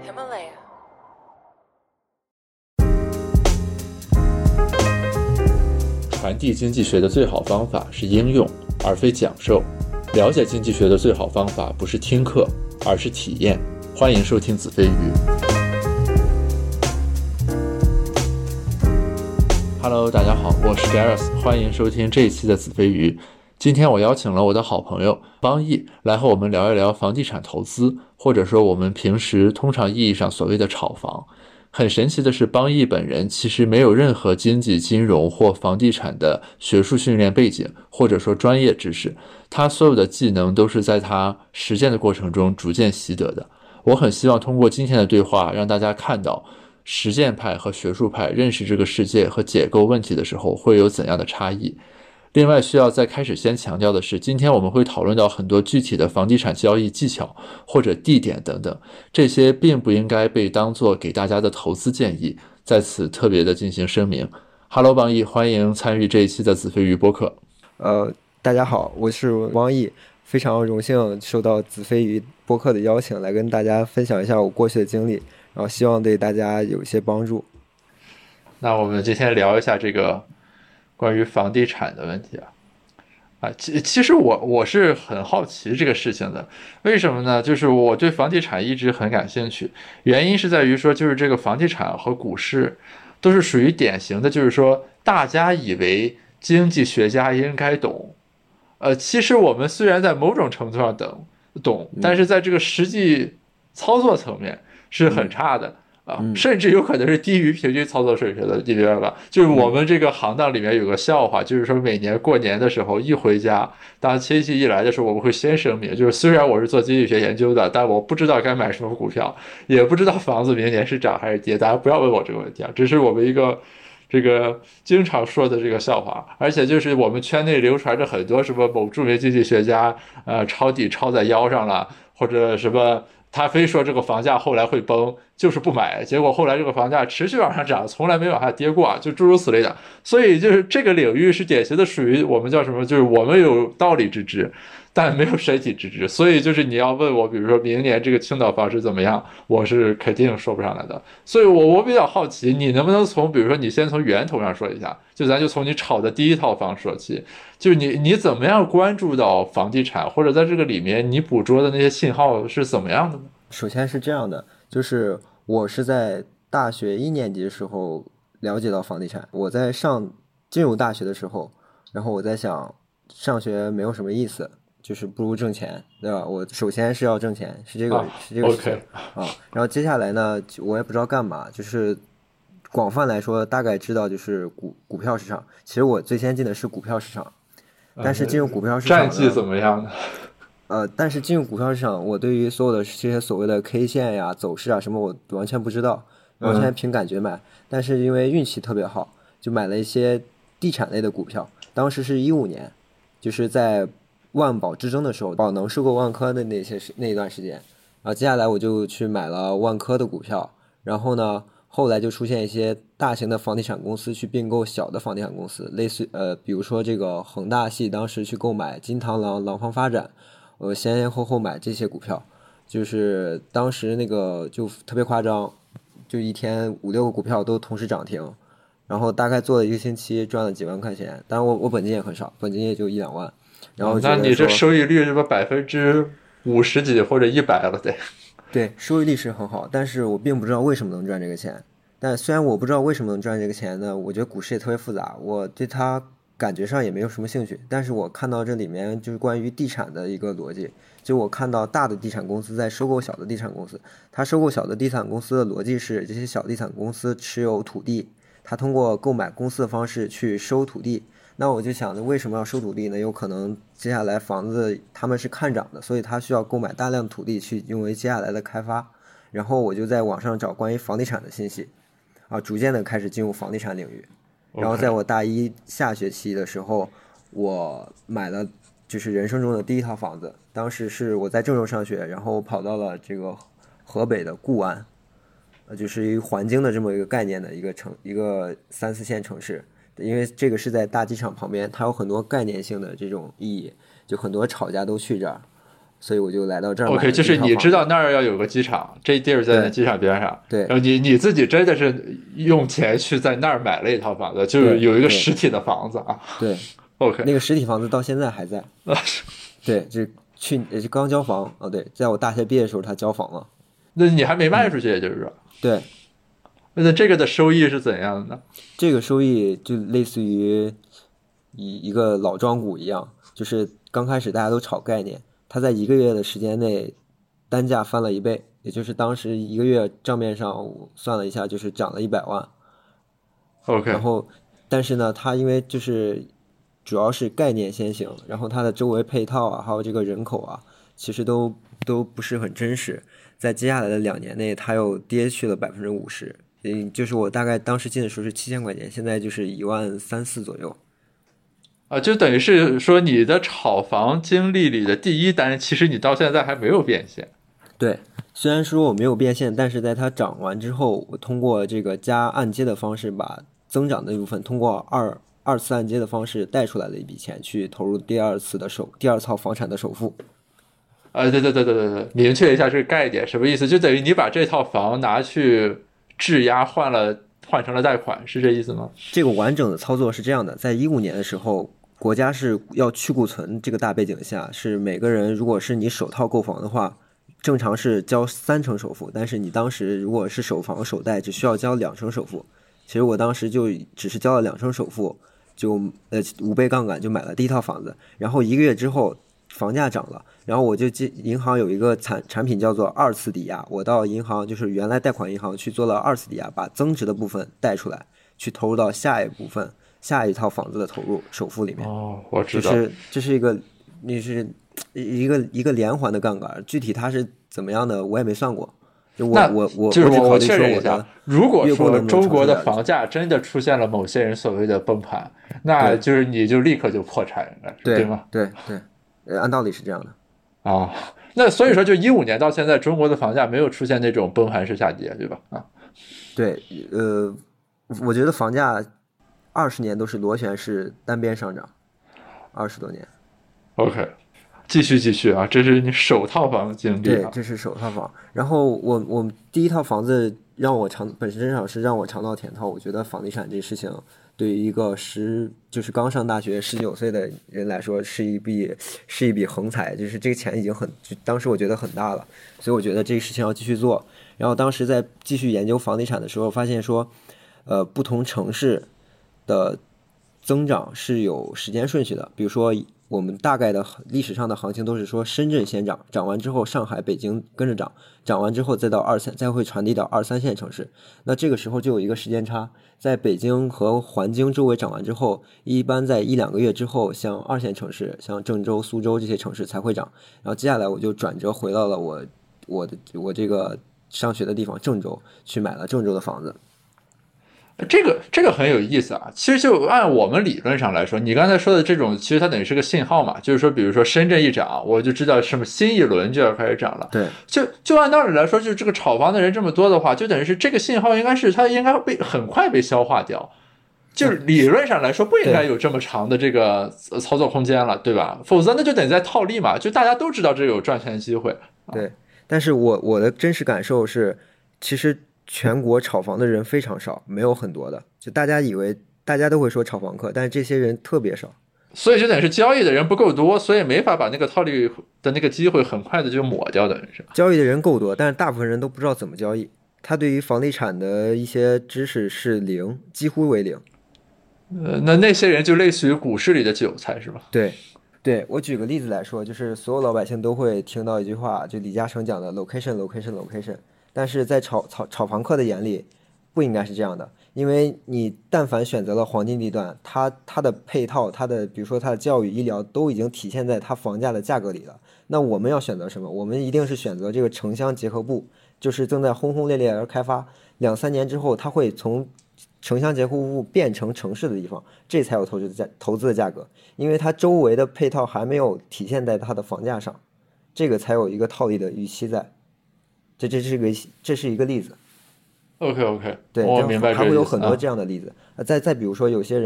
Himalaya。 传递经济学的最好方法是应用，而非讲授。了解经济学的最好方法不是听课，而是体验。欢迎收听子非鱼。Hello， 大家好，我是 Gareth， 欢迎收听这一期的子非鱼。今天我邀请了我的好朋友邦毅来和我们聊一聊房地产投资，或者说我们平时通常意义上所谓的炒房。很神奇的是，邦毅本人其实没有任何经济、金融或房地产的学术训练背景，或者说专业知识。他所有的技能都是在他实践的过程中逐渐习得的。我很希望通过今天的对话，让大家看到实践派和学术派认识这个世界和解构问题的时候会有怎样的差异。另外需要在开始先强调的是，今天我们会讨论到很多具体的房地产交易技巧或者地点等等，这些并不应该被当作给大家的投资建议，在此特别的进行声明。Hello， 邦毅，欢迎参与这一期的子非鱼播客。 大家好，我是汪毅，非常荣幸受到子非鱼播客的邀请，来跟大家分享一下我过去的经历，然后希望对大家有一些帮助。 那我们今天聊一下这个关于房地产的问题其实我是很好奇这个事情的。为什么呢？就是我对房地产一直很感兴趣，原因是在于说，就是这个房地产和股市都是属于典型的，就是说大家以为经济学家应该懂，其实我们虽然在某种程度上懂，但是在这个实际操作层面是很差的。甚至有可能是低于平均操作水平的，你明白吧？就是我们这个行当里面有个笑话，就是说每年过年的时候一回家，当亲戚一来的时候，我们会先声明，就是虽然我是做经济学研究的，但我不知道该买什么股票，也不知道房子明年是涨还是跌，大家不要问我这个问题啊，这是我们一个这个经常说的这个笑话。而且就是我们圈内流传着很多什么某著名经济学家抄底抄在腰上了，或者什么他非说这个房价后来会崩，就是不买，结果后来这个房价持续往上涨，从来没往下跌过，就诸如此类的。所以就是这个领域是典型的属于我们叫什么，就是我们有道理之知，但没有身体之知。所以就是你要问我，比如说明年这个青岛房市怎么样，我是肯定说不上来的。所以我比较好奇，你能不能从比如说你先从源头上说一下，就咱就从你炒的第一套房说起，就是你怎么样关注到房地产，或者在这个里面你捕捉的那些信号是怎么样的呢？ 首先是这样的，就是我是在大学1年级的时候了解到房地产。我在进入大学的时候，然后我在想，上学没有什么意思，就是不如挣钱，对吧？我首先是要挣钱，是这个事情啊。然后接下来呢，我也不知道干嘛，就是广泛来说，大概知道就是股票市场。其实我最先进的是股票市场，但是进入股票市场战绩怎么样呢？ 但是进入股票市场，我对于所有的这些所谓的 K 线呀、走势啊什么，我完全不知道，完全凭感觉买。但是因为运气特别好，就买了一些地产类的股票。当时是15年，就是在万宝之争的时候，宝能收购万科的那一段时间。然后接下来我就去买了万科的股票，然后呢，后来就出现一些大型的房地产公司去并购小的房地产公司，类似比如说这个恒大系当时去购买金螳螂、廊坊发展。我先后买这些股票，就是当时那个就特别夸张，就一天5、6个股票都同时涨停，然后大概做了1个星期，赚了几万块钱。当然我本金也很少，本金也就1、2万。然后那你这收益率是不是50%几或者100了得？ 对，收益率是很好，但是我并不知道为什么能赚这个钱。但虽然我不知道为什么能赚这个钱呢，我觉得股市也特别复杂，我对它感觉上也没有什么兴趣，但是我看到这里面就是关于地产的一个逻辑，就我看到大的地产公司在收购小的地产公司，它收购小的地产公司的逻辑是这些小地产公司持有土地，它通过购买公司的方式去收土地。那我就想着为什么要收土地呢？有可能接下来房子他们是看涨的，所以他需要购买大量土地去用于接下来的开发。然后我就在网上找关于房地产的信息，逐渐的开始进入房地产领域。然后在我大一下学期的时候，我买了就是人生中的第一套房子。当时是我在郑州上学，然后跑到了这个河北的固安，就是一个环京的这么一个概念的一个3、4线城市。因为这个是在大机场旁边，它有很多概念性的这种意义，就很多炒家都去这儿。 所以我就来到这儿买了 OK，就是你第一套房子。 知道那儿要有个机场，这地儿在对机场边上， 对然后你自己真的是用钱去在那儿买了一套房子，就是对有一个对实体的房子啊。 对， OK， 那个实体房子到现在还在。对，就刚交房哦，对，在我大学毕业的时候他交房了。 那你还没卖出去，也就是说， 对， 那这个的收益是怎样的呢？ 这个收益就类似于一个老庄股一样，就是刚开始大家都炒概念，它在一个月的时间内单价翻了一倍，也就是当时一个月账面上我算了一下，就是涨了100万。然 OK， 后，但是呢，它因为就是主要是概念先行，然后它的周围配套啊，还有这个人口啊，其实都不是很真实。在接下来的2年内，它又跌去了50%。就是我大概当时进的时候是7000块钱，现在就是1万3、4左右。 啊，就等于是说你的炒房经历里的第一单，其实你到现在还没有变现。 对，虽然说我没有变现，但是在它涨完之后，我通过这个加按揭的方式，把增长的那部分通过二次按揭的方式贷出来了一笔钱，去投入第二套房产的首付。 对对对对对对，明确一下这个概念什么意思？就等于你把这套房拿去质押换成了贷款，是这意思吗？ 这个完整的操作是这样的，在2015年的时候，国家是要去库存这个大背景下，是每个人如果是你首套购房的话，正常是交3成首付，但是你当时如果是首房首贷，只需要交2成首付。其实我当时就只是交了2成首付，就5倍杠杆就买了第一套房子。然后1个月之后，房价涨了，然后我就银行有一个产品叫做二次抵押，我到银行就是原来贷款银行去做了二次抵押，把增值的部分贷出来，去投入到下一套房子的投入首付里面。 哦，我知道， 这是一个连环的杠杆，具体它是怎么样的我也没算过。就那就是只考我虑说我确认一下的， 如果说中国的的房价真的出现了某些人所谓的崩盘，那就是你就立刻就破产了，对吗？ 对，按道理是这样的。 啊，那所以说就2015年到现在，中国的房价没有出现那种崩盘式下跌，对吧？啊， 对，我觉得房价20年都是螺旋式单边上涨，20多年。 OK，继续啊，这是你首套房的经历对， 啊。 这是首套房。然后我第一套房子本身上是让我尝到甜头。我觉得房地产这事情对于一个就是刚上大学19岁的人来说是一笔横财，就是这个钱已经当时我觉得很大了，所以我觉得这个事情要继续做。然后当时在继续研究房地产的时候，发现说，不同城市的增长是有时间顺序的。比如说我们大概的历史上的行情都是说深圳先涨，涨完之后上海、北京跟着涨，涨完之后再会传递到2、3线城市。那这个时候就有一个时间差，在北京和环京周围涨完之后，一般在1、2个月之后，像2线城市，像郑州、苏州这些城市才会涨。然后接下来我就转折回到了我这个上学的地方郑州，去买了郑州的房子。 这个很有意思啊。其实就按我们理论上来说，你刚才说的这种，其实它等于是个信号嘛，就是说，比如说深圳一涨，我就知道什么新一轮就要开始涨了。 对， 就按道理来说，就是这个炒房的人这么多的话，就等于是这个信号它应该很快被消化掉。就是理论上来说，不应该有这么长的这个操作空间了，对吧？否则那就等于在套利嘛，就大家都知道这有赚钱机会。 对，但是我的真实感受是，其实全国炒房的人非常少，没有很多的。就大家以为大家都会说炒房客，但是这些人特别少。 所以就等于是交易的人不够多，所以没法把那个套利的那个机会很快的就抹掉的是。 交易的人够多，但是大部分人都不知道怎么交易。他对于房地产的一些知识是零，几乎为零。 那些人就类似于股市里的韭菜是吧？ 对，我举个例子来说，就是所有老百姓都会听到一句话，就李嘉诚讲的 location，但是在炒房客的眼里，不应该是这样的，因为你但凡选择了黄金地段，它的配套，比如说它的教育、医疗都已经体现在它房价的价格里了。那我们要选择什么？我们一定是选择这个城乡结合部，就是正在轰轰烈烈而开发，2、3年之后，它会从城乡结合部变成城市的地方，这才有投资的价格，因为它周围的配套还没有体现在它的房价上，这个才有一个套利的预期在。这是一个例子。 OK， 对， 我明白这个意思。 还会有很多这样的例子。再比如说，有些人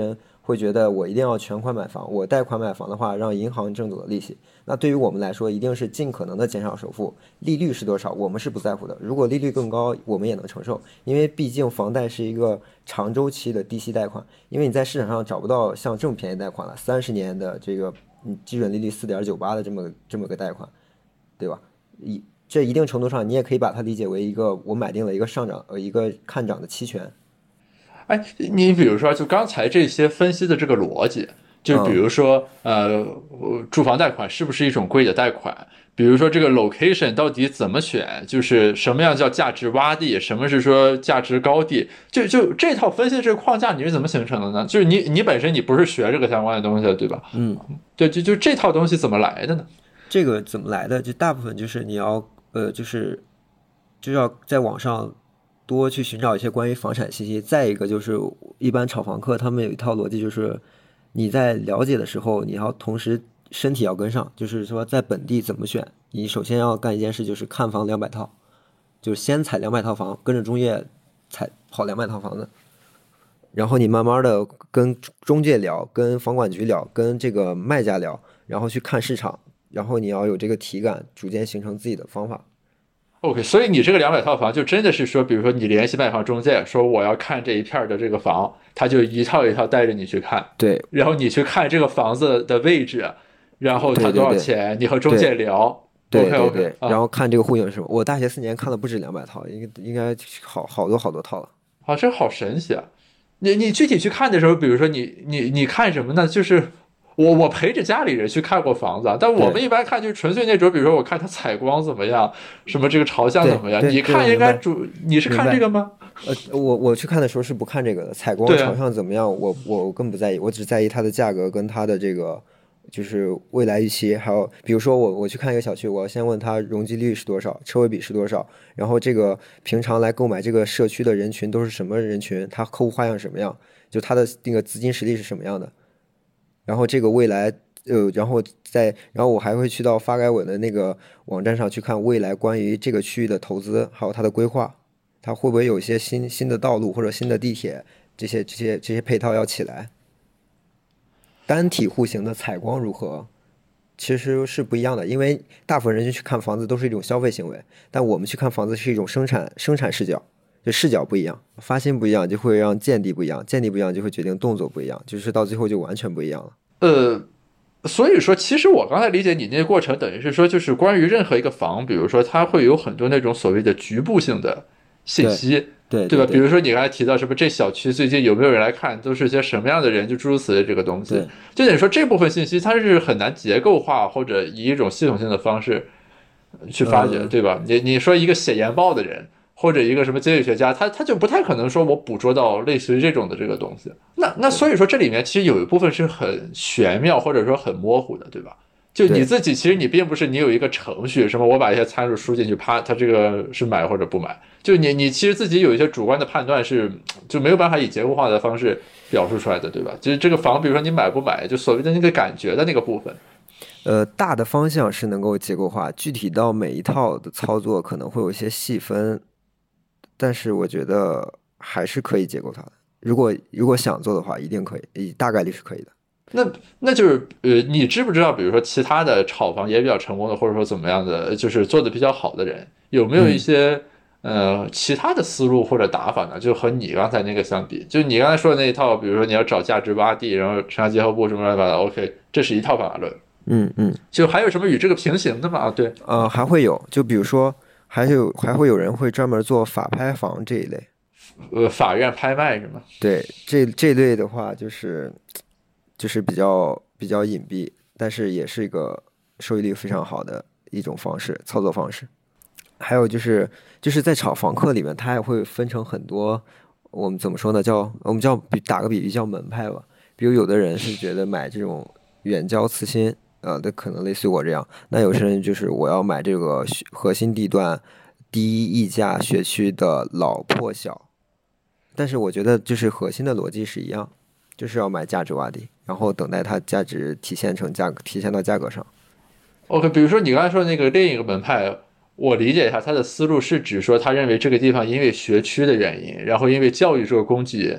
会觉得我一定要全款买房，我贷款买房的话，让银行挣走的利息。那对于我们来说，一定是尽可能的减少首付，利率是多少，我们是不在乎的。如果利率更高，我们也能承受，因为毕竟房贷是一个长周期的低息贷款，因为你在市场上找不到像这么便宜贷款了，30年的这个基准利率4.98的这么个贷款，对吧？这一定程度上，你也可以把它理解为一个我买定了一个上涨一个看涨的期权。 哎，你比如说，就刚才这些分析的这个逻辑，就比如说，住房贷款是不是一种贵的贷款？比如说这个 location 到底怎么选？就是什么样叫价值洼地，什么是说价值高地？就这套分析的这个框架，你是怎么形成的呢？就是你本身你不是学这个相关的东西的，对吧？对，就这套东西怎么来的呢？ 这个怎么来的？就大部分就是你要就要在网上多去寻找一些关于房产信息。再一个就是一般炒房客他们有一套逻辑，就是你在了解的时候，你要同时身体要跟上，就是说在本地怎么选，你首先要干一件事，就是看房200套，就是先踩200套房，跟着中介跑200套房子，然后你慢慢的跟中介聊，跟房管局聊，跟这个卖家聊，然后去看市场，然后你要有这个体感，逐渐形成自己的方法。 OK，所以你这个200套房就真的是说，比如说你联系卖房中介，说我要看这一片的这个房，他就一套一套带着你去看， 对， 然后你去看这个房子的位置，然后它多少钱，你和中介聊。 对对 OK， 对，然后看这个户型是什么。我大学4年看了不止200套，应该好多套了。 啊，这好神奇啊！你具体去看的时候，比如说你看什么呢？就是我陪着家里人去看过房子，但我们一般看就是纯粹那种，比如说我看它采光怎么样，什么这个朝向怎么样。你看应该你是看这个吗？ 我去看的时候是不看这个的，采光朝向怎么样，我更不在意，我只在意它的价格跟它的这个就是未来预期，还有比如说我去看一个小区，我要先问它容积率是多少，车位比是多少，然后这个平常来购买这个社区的人群都是什么人群，他客户画像什么样，就他的那个资金实力是什么样的，然后这个未来然后我还会去到发改委的那个网站上去看未来关于这个区域的投资，还有它的规划，它会不会有一些新的道路或者新的地铁，这些配套要起来。单体户型的采光如何，其实是不一样的，因为大部分人去看房子都是一种消费行为，但我们去看房子是一种生产视角，就视角不一样，发心不一样，就会让见地不一样，见地不一样就会决定动作不一样，就是到最后就完全不一样了。 所以说，其实我刚才理解你那个过程，等于是说，就是关于任何一个房，比如说它会有很多那种所谓的局部性的信息， 对吧？比如说你刚才提到什么，这小区最近有没有人来看，都是些什么样的人，就诸如此类这个东西，就等于说这部分信息它是很难结构化或者以一种系统性的方式去发掘，对吧？你说一个写研报的人。或者一个什么经济学家，他就不太可能说我捕捉到类似于这种的这个东西。那所以说这里面其实有一部分是很玄妙或者说很模糊的，对吧？就你自己其实你并不是你有一个程序，什么我把一些参数输进去，啪，它这个是买或者不买。就你其实自己有一些主观的判断是就没有办法以结构化的方式表述出来的，对吧？就是这个房，比如说你买不买，就所谓的那个感觉的那个部分。 大的方向是能够结构化，具体到每一套的操作可能会有一些细分。但是我觉得还是可以结构它的。如果想做的话，一定可以，大概率是可以的。 那就是你知不知道，比如说其他的炒房也比较成功的，或者说怎么样的，就是做的比较好的人，有没有一些其他的思路或者打法呢？就和你刚才那个相比，就你刚才说的那一套，比如说你要找价值洼地，然后城乡结合部什么乱七八糟 ，OK， 这是一套方法论。就还有什么与这个平行的吗？对， 还会有，就比如说。还会有人会专门做法拍房这一类， 法院拍卖是吗？ 对，这类的话就是比较隐蔽，但是也是一个收益率非常好的一种操作方式。还有就是在炒房客里面，它也会分成很多，我们怎么说呢？我们打个比喻叫门派吧。比如有的人是觉得买这种远郊次新。可能类似于我这样，那有些人就是我要买这个核心地段低溢价学区的老破小，但是我觉得就是核心的逻辑是一样，就是要买价值洼地，然后等待它价值体现到价格上。 OK， 比如说你刚才说的那个另一个门派，我理解一下他的思路是指说，他认为这个地方因为学区的原因，然后因为教育这个供给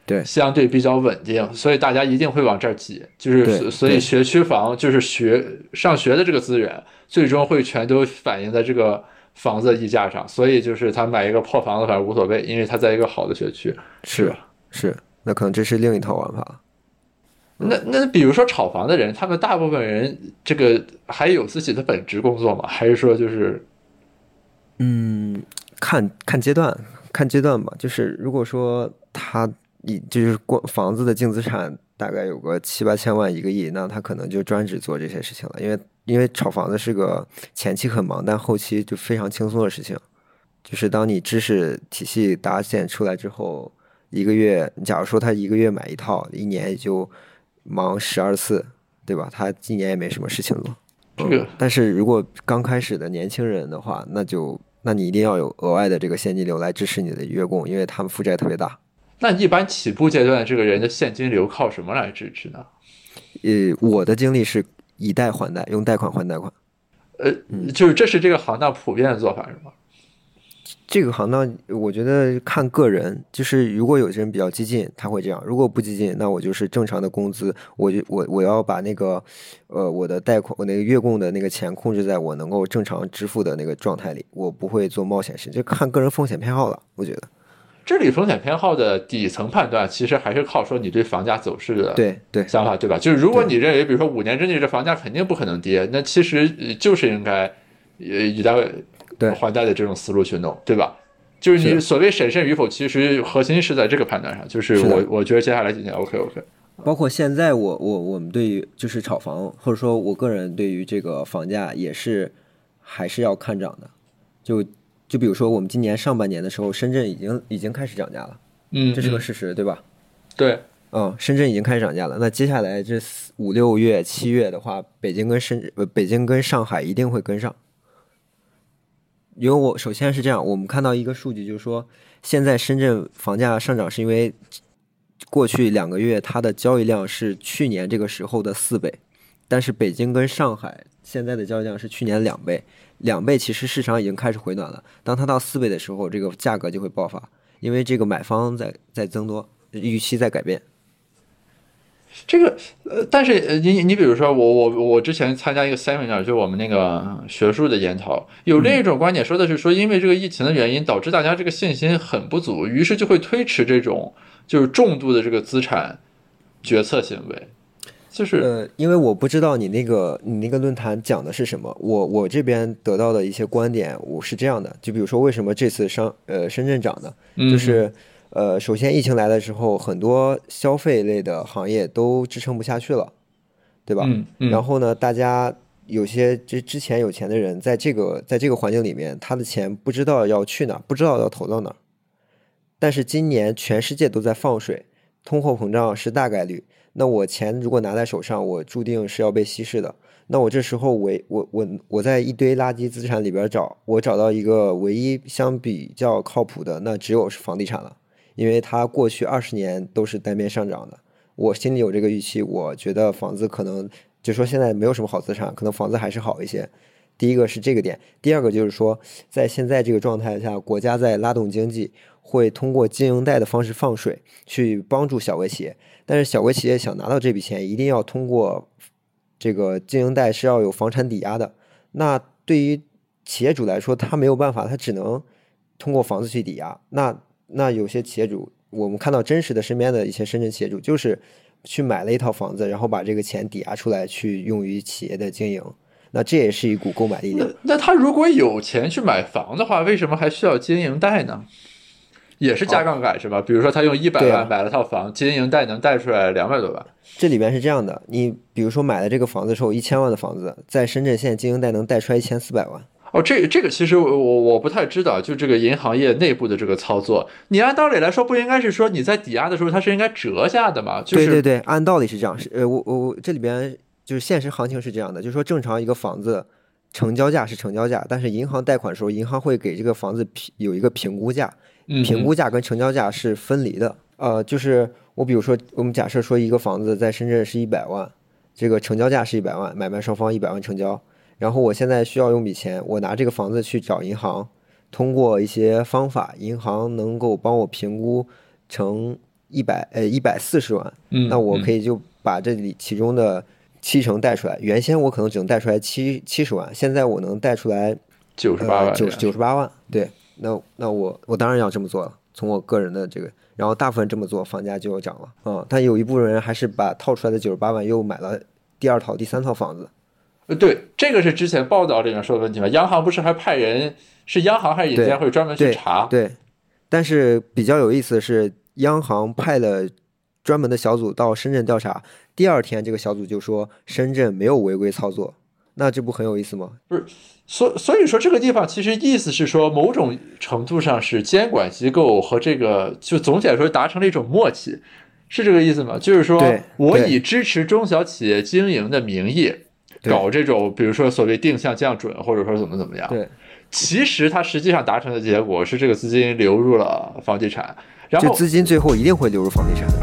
对相对比较稳定，所以大家一定会往这儿挤。就是对所以学区房就是上学的这个资源，最终会全都反映在这个房子的溢价上。所以就是他买一个破房子反正无所谓，因为他在一个好的学区，是是吧？ 是，那可能这是另一套玩法。 那比如说炒房的人，他们大部分人这个还有自己的本职工作吗？还是说就是嗯，看阶段，看阶段吧。就是如果说他就是光房子的净资产大概有个7、8千万1个亿，那他可能就专职做这些事情了。因为炒房子是个前期很忙，但后期就非常轻松的事情。就是当你知识体系搭建出来之后，一个月，假如说他一个月买一套，一年也就忙12次，对吧？他一年也没什么事情做。 这个？ 但是如果刚开始的年轻人的话，那你一定要有额外的这个现金流来支持你的月供，因为他们负债特别大。 那一般起步阶段这个人的现金流靠什么来支持呢？ 我的经历是以贷还贷，用贷款还贷款。 呃，就是这是这个行当普遍的做法是吗？ 这个行当，我觉得看个人，就是如果有些人比较激进，他会这样；如果不激进，那我就是正常的工资，我要把那个，我的贷款，我那个月供的那个钱控制在我能够正常支付的那个状态里，我不会做冒险事，就看个人风险偏好了，我觉得。 这里风险偏好的底层判断，其实还是靠说你对房价走势的对对想法，对吧？就是如果对你认为，比如说5年之内这房价肯定不可能跌，那其实就是应该以贷对， 还贷的这种思路去弄，对吧？就是你是的， 所谓审慎与否，其实核心是在这个判断上。就是是的。 我觉得接下来几年 OK。 包括现在我们对于就是炒房，或者说我个人对于这个房价也是还是要看涨的。就就比如说我们今年上半年的时候，深圳已经开始涨价了，这是个嗯嗯， 事实，对吧？ 对， 深圳已经开始涨价了。那接下来这5、6月、7月的话，北京跟上海一定会跟上。因为首先是这样，我们看到一个数据，就是说现在深圳房价上涨是因为过去2个月它的交易量是去年这个时候的4倍，但是北京跟上海现在的交易量是去年2倍，2倍其实市场已经开始回暖了。当它到4倍的时候，这个价格就会爆发，因为这个买方在增多，预期在改变。 这个但是你比如说我之前参加一个 seminar，就我们那个学术的研讨，有另一种观点说的是说，因为这个疫情的原因，导致大家这个信心很不足，于是就会推迟这种就是重度的这个资产决策行为。就是因为我不知道你那个论坛讲的是什么，我这边得到的一些观点，我是这样的，就比如说为什么这次深圳涨的，就是首先疫情来的时候，很多消费类的行业都支撑不下去了，对吧？然后呢，大家有些之前有钱的人，在这个环境里面，他的钱不知道要去哪儿，不知道要投到哪儿。但是今年全世界都在放水，通货膨胀是大概率。那我钱如果拿在手上，我注定是要被稀释的。那我这时候我在一堆垃圾资产里边找，我找到一个唯一相比较靠谱的，那只有是房地产了，因为它过去20年都是单边上涨的。我心里有这个预期，我觉得房子可能就说现在没有什么好资产，可能房子还是好一些。第一个是这个点，第二个就是说，在现在这个状态下，国家在拉动经济，会通过经营贷的方式放水，去帮助小微企业。但是小微企业想拿到这笔钱，一定要通过这个经营贷是要有房产抵押的。那对于企业主来说，他没有办法，他只能通过房子去抵押。那有些企业主，我们看到真实的身边的一些深圳企业主，就是去买了一套房子，然后把这个钱抵押出来，去用于企业的经营。那这也是一股购买力量。 那他如果有钱去买房的话，为什么还需要经营贷呢？也是加杠杆是吧？比如说他用100万买了套房，经营贷能贷出来200多万。 这里边是这样的，你比如说买了这个房子之后，1000万的房子，在深圳现在经营贷能贷出来1400万。 哦，这个其实我不太知道，就这个银行业内部的这个操作，你按道理来说不应该是说你在抵押的时候它是应该折价的吗？就是对，按道理是这样，我这里边就是现实行情是这样的，就是说正常一个房子成交价是成交价，但是银行贷款的时候，银行会给这个房子有一个评估价，评估价跟成交价是分离的。就是我比如说我们假设说一个房子在深圳是100万，这个成交价是100万，买卖双方100万成交。然后我现在需要用笔钱，我拿这个房子去找银行，通过一些方法，银行能够帮我评估成 140万， 嗯， 那我可以就把这里其中的70%贷出来。原先我可能只能贷出来70万，现在我能贷出来 98万 98万。对，那我当然要这么做了，从我个人的这个，然后大部分这么做，房价就涨了。但有一部分人还是把套出来的98万又买了第2套、第3套房子。 对，这个是之前报道里面说的问题嘛？央行不是还派人，是央行还是银监会专门去查？ 对，但是比较有意思的是，央行派了专门的小组到深圳调查，第2天这个小组就说深圳没有违规操作，那这不很有意思吗？ 不是，所以说这个地方其实意思是说，某种程度上是监管机构和这个就总体来说达成了一种默契，是这个意思吗？就是说我以支持中小企业经营的名义搞这种，比如说所谓定向降准，或者说怎么样。 对， 其实它实际上达成的结果是这个资金流入了房地产，然后这资金最后一定会流入房地产。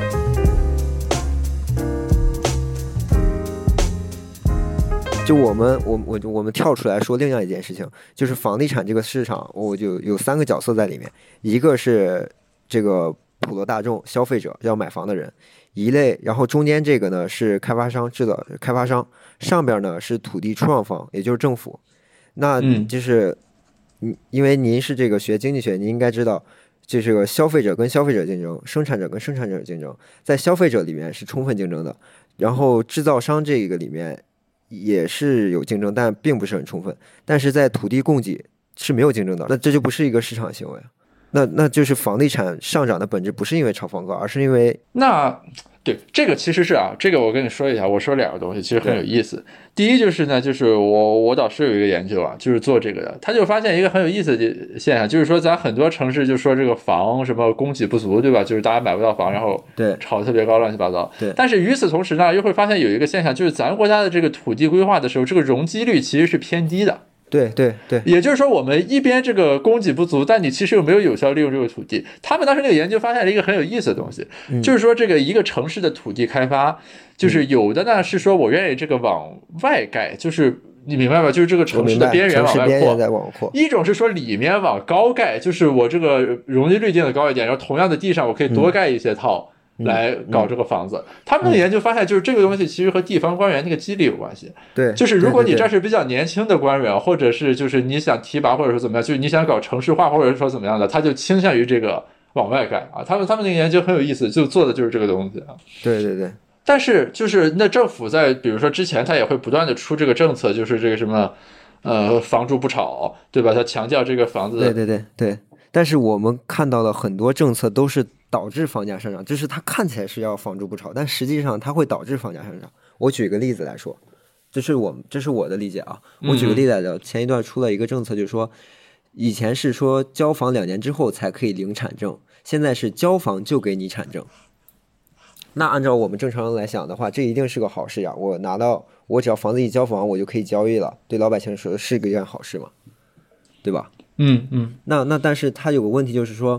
就我们跳出来说另外一件事情，就是房地产这个市场，我就有3个角色在里面，一个是这个普罗大众消费者要买房的人一类，然后中间这个呢是开发商制造开发商，上边呢是土地出让方，也就是政府。那就是因为您是这个学经济学，您应该知道，就是个消费者跟消费者竞争，生产者跟生产者竞争，在消费者里面是充分竞争的，然后制造商这个里面也是有竞争，但并不是很充分。但是在土地供给是没有竞争的，那这就不是一个市场行为。那就是房地产上涨的本质不是因为炒房高，而是因为对，这个其实是这个我跟你说一下，我说2个东西其实很有意思。第一就是呢，就是我导师有一个研究就是做这个的，他就发现一个很有意思的现象，就是说咱很多城市就说这个房什么供给不足，对吧？就是大家买不到房，然后炒得特别高，乱七八糟。 对。 但是与此同时呢，又会发现有一个现象，就是咱国家的这个土地规划的时候，这个容积率其实是偏低的。 对， 也就是说，我们一边这个供给不足，但你其实又没有有效利用这个土地。他们当时那个研究发现了一个很有意思的东西，就是说这个一个城市的土地开发，就是有的呢是说我愿意这个往外盖，就是你明白吧？就是这个城市的边缘往外扩。一种是说里面往高盖，就是我这个容积率定的高一点，然后同样的地上我可以多盖一些套。来搞这个房子，他们的研究发现，就是这个东西其实和地方官员那个激励有关系。 对， 就是如果你这是比较年轻的官员，或者是就是你想提拔，或者说怎么样，就是你想搞城市化，或者说怎么样的，他就倾向于这个往外盖他们那个研究很有意思，就做的就是这个东西对。 但是就是那政府在比如说之前，他也会不断的出这个政策，就是这个什么房住不炒，对吧？他强调这个房子。 对。但是我们看到的很多政策都是导致房价上涨，就是它看起来是要房住不炒，但实际上它会导致房价上涨。我举个例子来说，这是我的理解我举个例子来说，前一段出了一个政策，就是说以前是说交房2年之后才可以领产证，现在是交房就给你产证。那按照我们正常人来想的话，这一定是个好事呀！我只要房子一交房，我就可以交易了，对老百姓说是一件好事嘛，对吧？那但是它有个问题，就是说，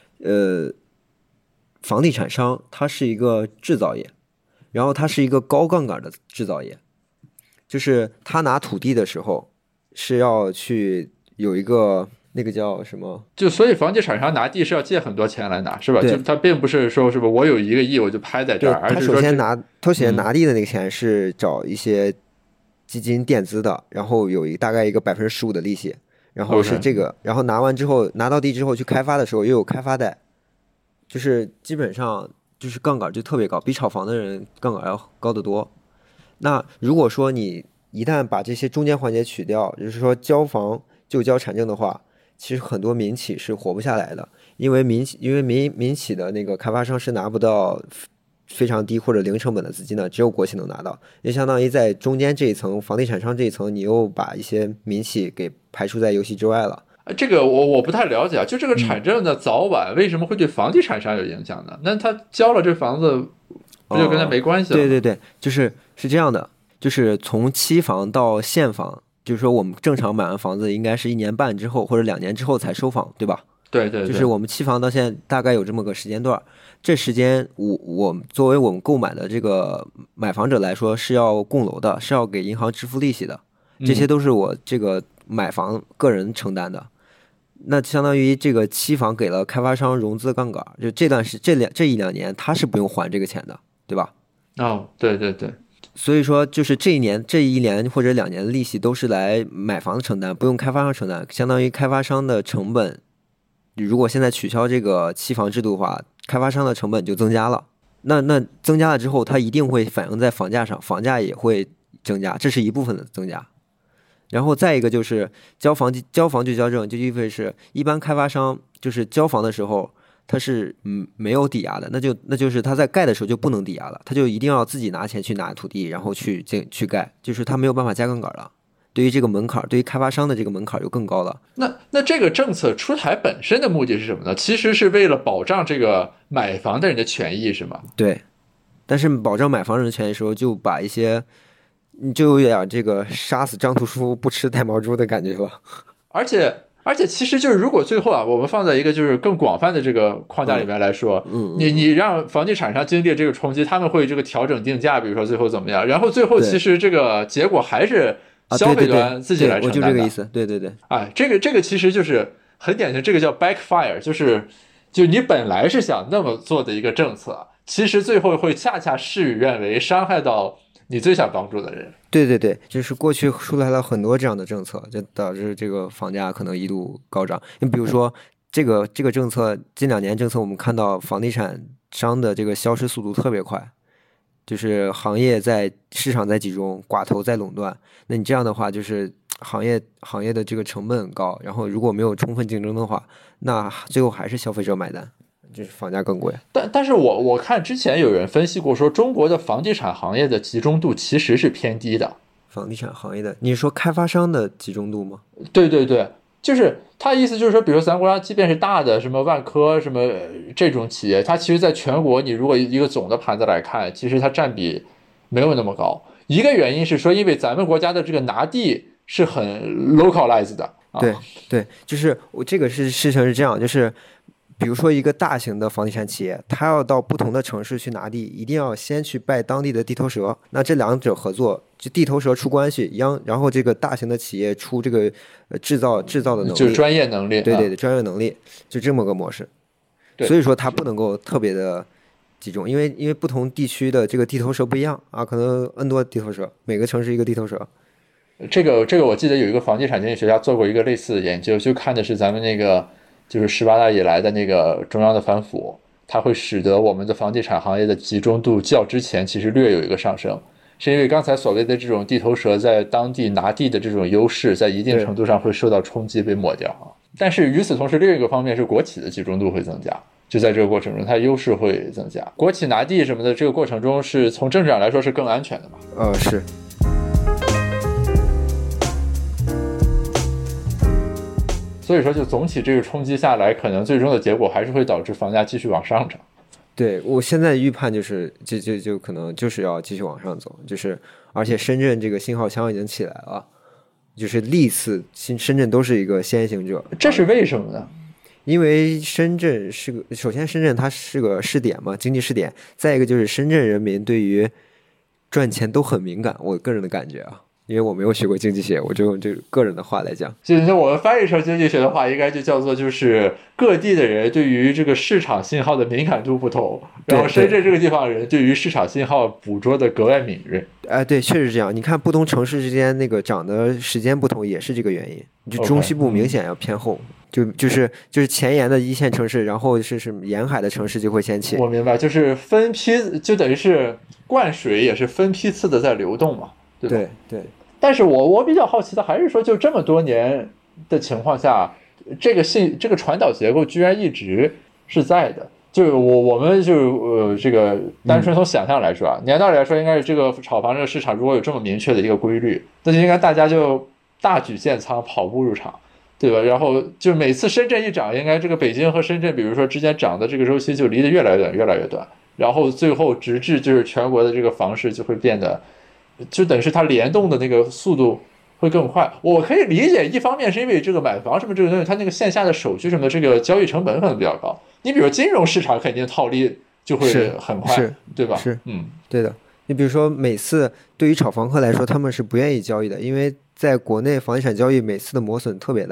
房地产商它是一个制造业，然后它是一个高杠杆的制造业，就是他拿土地的时候是要去有一个那个叫什么？ 就所以房地产商拿地是要借很多钱来拿，是吧？就他并不是说是吧，我有1个亿我就拍在这儿，而是说他首先拿地的那个钱是找一些基金垫资的，然后有大概一个15%的利息。然后是这个，然后拿到地之后去开发的时候又有开发贷，就是基本上就是杠杆就特别高，比炒房的人杠杆要高得多。那如果说你一旦把这些中间环节取掉，就是说交房就交产证的话，其实很多民企是活不下来的，因为民企的那个开发商是拿不到非常低或者零成本的资金的，只有国企能拿到，也相当于在中间这一层房地产商这一层，你又把一些民企给排除在游戏之外了。 这个我不太了解就这个产证的早晚为什么会对房地产商有影响呢？那他交了这房子不就跟他没关系了？ 对，是这样的，就是从期房到现房，就是说我们正常买完房子应该是1年半之后或者2年之后才收房，对吧？ 对， 就是我们期房到现在大概有这么个时间段，这时间我作为我们购买的这个买房者来说是要供楼的，是要给银行支付利息的，这些都是我这个买房个人承担的。 那相当于这个期房给了开发商融资杠杆，就这一两年他是不用还这个钱的，对吧？ 哦，对对对， 所以说就是这一年或者2年的利息都是来买房承担，不用开发商承担，相当于开发商的成本，如果现在取消这个期房制度的话，开发商的成本就增加了。那增加了之后，它一定会反映在房价上，房价也会增加，这是一部分的增加。然后再一个就是交房就交证，就意味着是一般开发商就是交房的时候，他是没有抵押的，那就是他在盖的时候就不能抵押了，他就一定要自己拿钱去拿土地，然后去盖，就是他没有办法加杠杆了。对于这个门槛，对于开发商的这个门槛就更高了。 那这个政策出台本身的目的是什么呢？其实是为了保障这个买房的人的权益，是吗？ 对，但是保障买房人的权益的时候，就把一些就有点这个杀死张图书不吃带毛猪的感觉吧。 而且其实就是如果最后啊，我们放在一个就是更广泛的这个框架里面来说，你让房地产商经历这个冲击，他们会这个调整定价，比如说最后怎么样，然后最后其实这个结果还是消费端自己来承担的。 我就这个意思，对对对。 哎，这个其实就是很典型，这个叫 backfire，就你本来是想那么做的一个政策，其实最后会恰恰事与愿违，伤害到你最想帮助的人。 对对对，就是过去出来了很多这样的政策，就导致这个房价可能一度高涨。你比如说这个政策，近2年政策，我们看到房地产商的这个消失速度特别快，就是市场在集中，寡头在垄断。那你这样的话，就是行业的这个成本很高，然后如果没有充分竞争的话，那最后还是消费者买单，就是房价更贵。 但是我看之前有人分析过，说中国的房地产行业的集中度其实是偏低的。 房地产行业的，你是说开发商的集中度吗？ 对对对，就是他的意思就是说，比如咱国家即便是大的什么万科什么这种企业，它其实在全国你如果一个总的盘子来看，其实它占比没有那么高。一个原因是说，因为咱们国家的这个拿地是很 localized 的。 对对，就是这个事情是这样，就是比如说一个大型的房地产企业，它要到不同的城市去拿地，一定要先去拜当地的地头蛇。那这两者合作，就地头蛇出关系，然后这个大型的企业出这个制造的能力， 就是专业能力。 对对对，专业能力，就这么个模式。所以说它不能够特别的集中，因为不同地区的这个地头蛇不一样啊，可能 N 多地头蛇，每个城市一个地头蛇。 这个我记得有一个房地产经济学家做过一个类似的研究，就看的是咱们那个就是18大以来的那个中央的反腐，它会使得我们的房地产行业的集中度较之前其实略有一个上升，是因为刚才所谓的这种地头蛇在当地拿地的这种优势，在一定程度上会受到冲击被抹掉。但是与此同时，另一个方面是国企的集中度会增加，就在这个过程中它优势会增加。国企拿地什么的这个过程中，是从政治上来说是更安全的嘛？ 是。 所以说，就总体这个冲击下来，可能最终的结果还是会导致房价继续往上涨。 对，我现在预判就是就可能就是要继续往上走，就是而且深圳这个信号枪已经起来了，就是历次深圳都是一个先行者。 这是为什么呢？ 因为深圳首先深圳它是个试点嘛，经济试点，再一个就是深圳人民对于赚钱都很敏感，我个人的感觉啊。因为我没有学过经济学，我就用这个个人的话来讲， 就是我们翻译成经济学的话，应该就叫做就是各地的人对于这个市场信号的敏感度不同，然后深圳这个地方人对于市场信号捕捉的格外敏锐。 对，确实是这样。你看不同城市之间那个涨的时间不同，也是这个原因。就中西部明显要偏后，就是前沿的一线城市，然后是沿海的城市就会先起。 我明白，就是分批，就等于是灌水也是分批次的在流动嘛。 对对， 但是我比较好奇的还是说，就这么多年的情况下，这个传导结构居然一直是在的。就我们就这个单纯从想象来说啊，年道理来说，应该是这个炒房这个市场如果有这么明确的一个规律，那就应该大家就大举建仓，跑步入场，对吧？然后就每次深圳一涨，应该这个北京和深圳，比如说之间涨的这个周期就离得越来越短，越来越短，然后最后直至就是全国的这个房市就会变得。就等于是它联动的那个速度会更快。我可以理解，一方面是因为这个买房什么这个东西，它那个线下的手续什么的，这个交易成本可能比较高。你比如金融市场，肯定套利就会很快，对吧？ 是，对的。你比如说，每次对于炒房客来说，他们是不愿意交易的，因为在国内房地产交易每次的磨损特别大。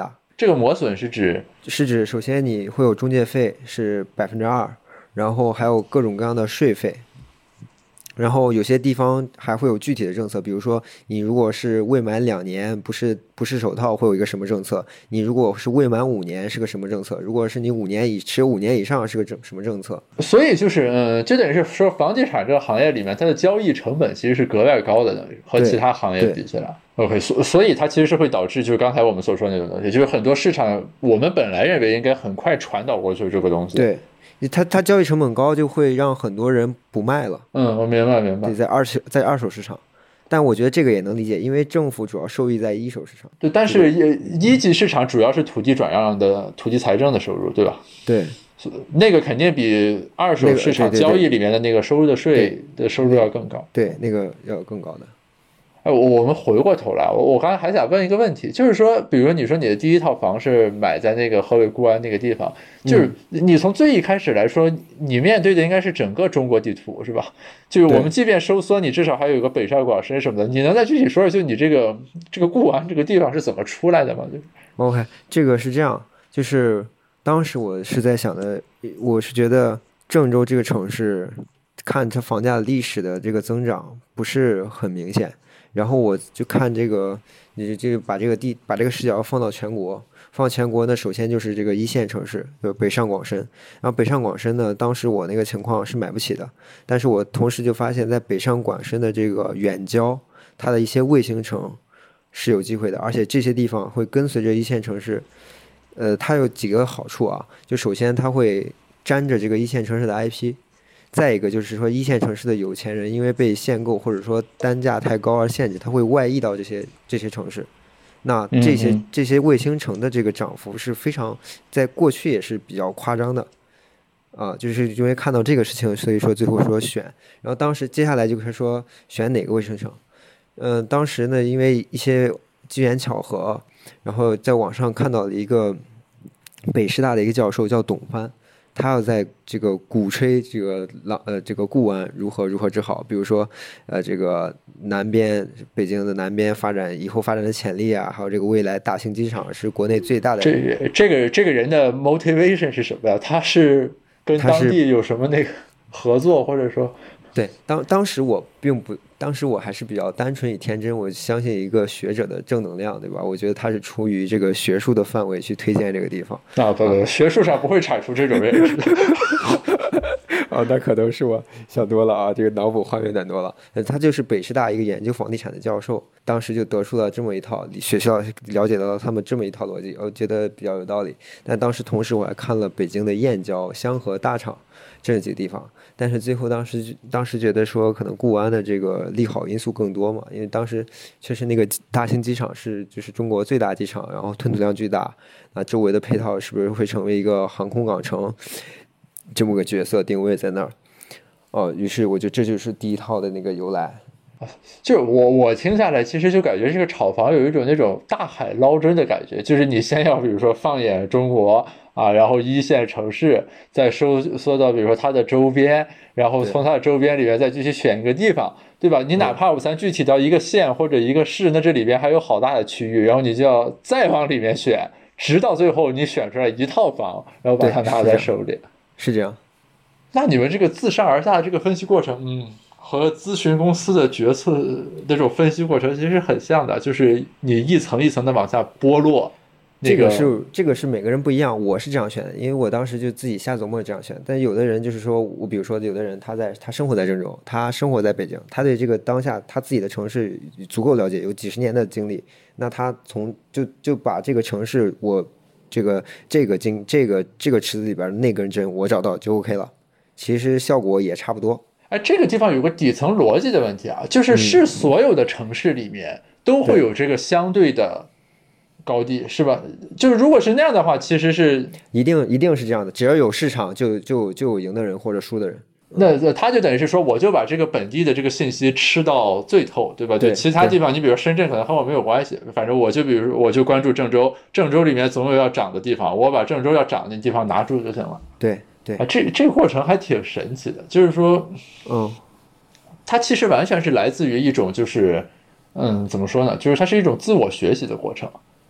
这个磨损是指首先你会有中介费是2%，然后还有各种各样的税费。然后有些地方还会有具体的政策，比如说你如果是未满2年，不是手套，会有一个什么政策？你如果是未满5年，是个什么政策？如果是你持有5年以上，是个什么政策？ 所以就是就等于是说，房地产这个行业里面，它的交易成本其实是格外高的，等于和其他行业比起来。OK， 所以它其实是会导致就是刚才我们所说的那种东西，就是很多市场我们本来认为应该很快传导过去这个东西。 对。它交易成本高，就会让很多人不卖了。 我明白。 对，在二手市场，但我觉得这个也能理解，因为政府主要受益在一手市场。 对，但是一级市场主要是土地转让的土地财政的收入，对吧？ 对， 那个肯定比二手市场交易里面的那个收入的税的收入要更高。 对，那个要更高的。 我们回过头来，我刚才还想问一个问题，就是说，比如说你说你的第一套房是买在那个河北固安那个地方，就是你从最一开始来说，你面对的应该是整个中国地图，是吧？就是我们即便收缩，你至少还有一个北上广深什么的，你能再具体说说，就你这个固安这个地方是怎么出来的吗？就是 OK， 这个是这样，就是当时我是在想的，我是觉得郑州这个城市，看它房价历史的这个增长不是很明显。然后我就看这个，你就把这个视角放到全国，呢，首先就是这个一线城市，就北上广深。然后北上广深呢，当时我那个情况是买不起的，但是我同时就发现，在北上广深的这个远郊，它的一些卫星城是有机会的，而且这些地方会跟随着一线城市，它有几个好处啊，就首先它会沾着这个一线城市的 IP。再一个就是说，一线城市的有钱人因为被限购或者说单价太高而限制，他会外溢到这些城市。那这些卫星城的这个涨幅是非常，在过去也是比较夸张的，就是因为看到这个事情，所以说最后说选。然后当时接下来就是说选哪个卫星城。当时呢，因为一些机缘巧合，然后在网上看到了一个北师大的一个教授叫董帆。他要在这个鼓吹这个固安如何之好，比如说这个北京的南边以后发展的潜力啊，还有这个未来大型机场是国内最大的。 这个人的 motivation 是什么呀？他是跟当地有什么那个合作，或者说？ 对，当时我还是比较单纯与天真，我相信一个学者的正能量，对吧？我觉得他是出于这个学术的范围去推荐这个地方。 不，学术上不会产出这种认识。 那可能是我想多了啊，这个脑补画面感多了。他就是北师大一个研究房地产的教授，当时就得出了这么一套，学校了解到了他们这么一套逻辑，我觉得比较有道理。但当时同时我还看了北京的燕郊、香河、大厂这几个地方，但是最后当时觉得说可能固安的这个利好因素更多嘛，因为当时确实那个大兴机场就是中国最大机场，然后吞吐量巨大，周围的配套是不是会成为一个航空港城这么个角色定位在那儿？于是我觉得这就是第一套的那个由来。 就我听下来，其实就感觉这个炒房有一种那种大海捞针的感觉，就是你先要比如说放眼中国啊，然后一线城市，再收缩到比如说它的周边，然后从它的周边里面再继续选一个地方，对吧？你哪怕咱具体到一个县或者一个市，那这里边还有好大的区域，然后你就要再往里面选，直到最后你选出来一套房，然后把它拿在手里。 是这样。 那你们这个自上而下的这个分析过程，和咨询公司的决策的这种分析过程其实很像的，就是你一层一层的往下剥落。这个是每个人不一样，我是这样选的，因为我当时就自己瞎琢磨这样选。但有的人就是说，比如说有的人他生活在郑州，他生活在北京，他对这个当下他自己的城市足够了解，有几十年的经历，那他就把这个城市我这个池子里边那根针我找到就 OK 了，其实效果也差不多。 这个地方有个底层逻辑的问题啊，就是所有的城市里面都会有这个相对的高低，是吧？就是如果是那样的话，其实是一定是这样的，只要有市场就有赢的人或者输的人。 那他就等于是说，我就把这个本地的这个信息吃到最透，对吧？对，其他地方你比如深圳可能和我没有关系，反正我就关注郑州，郑州里面总有要涨的地方，我把郑州要涨的地方拿住就行了。 对。 这个过程还挺神奇的，就是说，它其实完全是来自于一种就是，怎么说呢？就是它是一种自我学习的过程。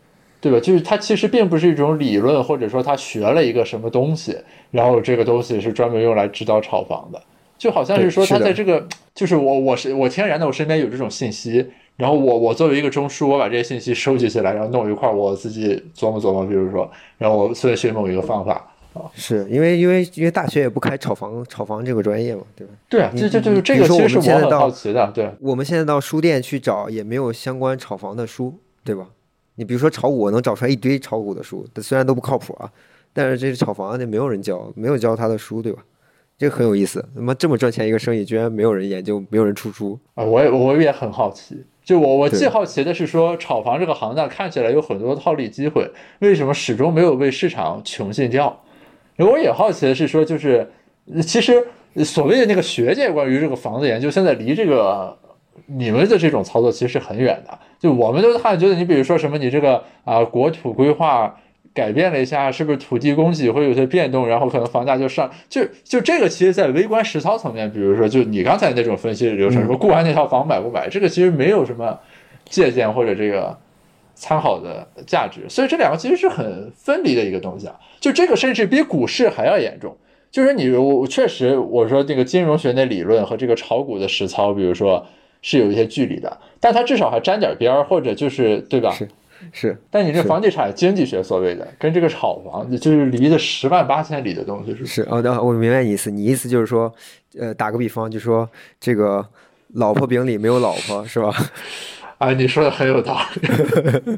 对吧？就是它其实并不是一种理论，或者说他学了一个什么东西，然后这个东西是专门用来指导炒房的，就好像是说他在这个，就是我天然的我身边有这种信息，然后我作为一个中枢，我把这些信息收集起来，然后弄一块，我自己琢磨琢磨，比如说，然后我遵循某一个方法。 是因为大学也不开炒房这个专业嘛，对吧？ 对啊，这个其实是我很好奇的。对， 我们现在到书店去找也没有相关炒房的书，对吧？你比如说炒股，我能找出来一堆炒股的书，虽然都不靠谱啊，但是这个炒房就没有人教，没有教他的书，对吧？这个很有意思。他妈这么赚钱一个生意，居然没有人研究，没有人出书啊！我也很好奇。就我既好奇的是说，炒房这个行当看起来有很多套利机会，为什么始终没有被市场穷尽掉？我也好奇的是说，就是其实所谓的那个学界关于这个房子研究，现在离这个你们的这种操作其实是很远的。就我们都看觉得，你比如说什么，你这个国土规划改变了一下，是不是土地供给会有些变动，然后可能房价就上，就这个其实在微观实操层面，比如说就你刚才那种分析的流程，说顾完那套房买不买，这个其实没有什么借鉴或者这个参考的价值，所以这两个其实是很分离的一个东西啊。就这个甚至比股市还要严重，就是我确实我说这个金融学的理论和这个炒股的实操，比如说是有一些距离的，但它至少还沾点边儿，或者就是对吧？ 是。 但你这房地产经济学所谓的跟这个炒房就是离的108000里的东西是我明白你意思，你意思就是说，打个比方，就说这个老婆饼里没有老婆是吧？ 啊，你说的很有道理。